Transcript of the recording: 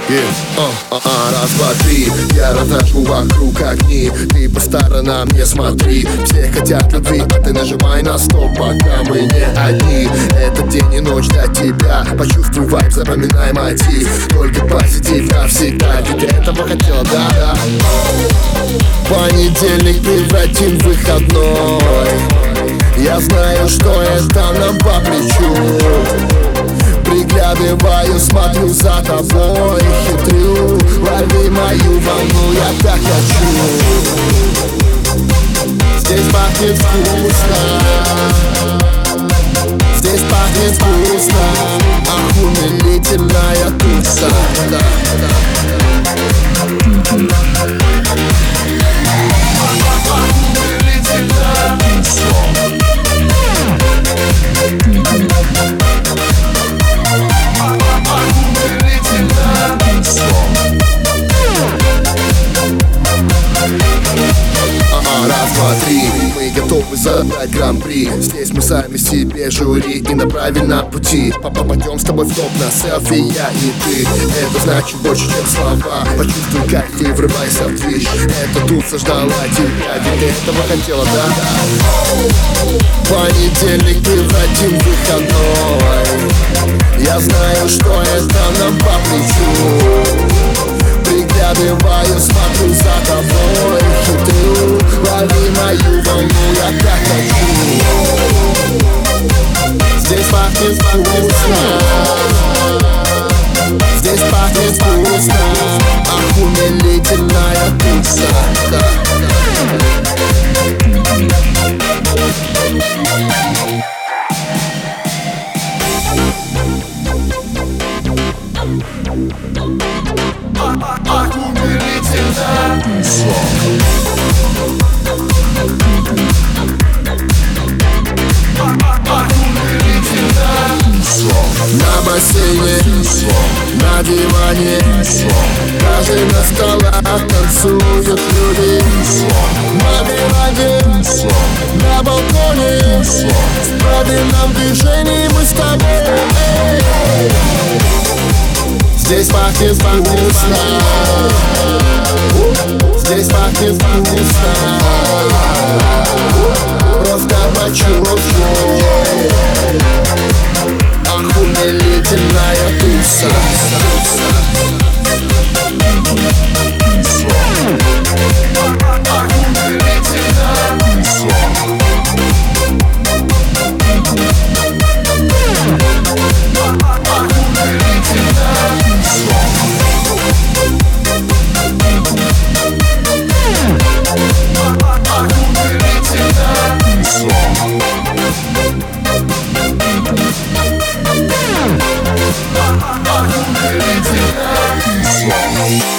Раз, два, три, я разожгу вокруг огни. Ты по сторонам не смотри. Все хотят любви, а ты нажимай на стоп, пока мы не одни. Этот день и ночь для тебя. Почувствуй вайб, запоминай мотив. Только позитив навсегда. Ты этого хотела, да? Понедельник превратим в выходной. Я знаю, что это нам по плечу. Приглядываю, смотрю за тобой, хитрю. Лови мою волну, я так хочу. Здесь пахнет вкусно. Здесь пахнет вкусно. Ах, умилительная туса. Раз, два, три, мы готовы задать гран-при. Здесь мы сами себе жюри и на правильном пути. Попадем с тобой в топ на селфи, я и ты. Это значит больше, чем слова. Почувствуй, как ты врывайся в движ. Эта туса ждала тебя, ведь ты этого хотела, да? Понедельник превратим в выходной. Я знаю, что это нам по плечу. Приглядываю, смотрю за тобой, хитрю. Лови мою волну, я так хочу. Здесь пахнет вкусно. Здесь пахнет вкусно. Ах, умилительная туса. Ах, умилительная туса. На бассейне, на диване, даже на столах танцуют люди. На веранде, на балконе, в правильном движении мы с тобой. Здесь пахнет вкусно. Здесь пахнет вкусно. Просто почувствуй. Ах, умилительная туса. Swap.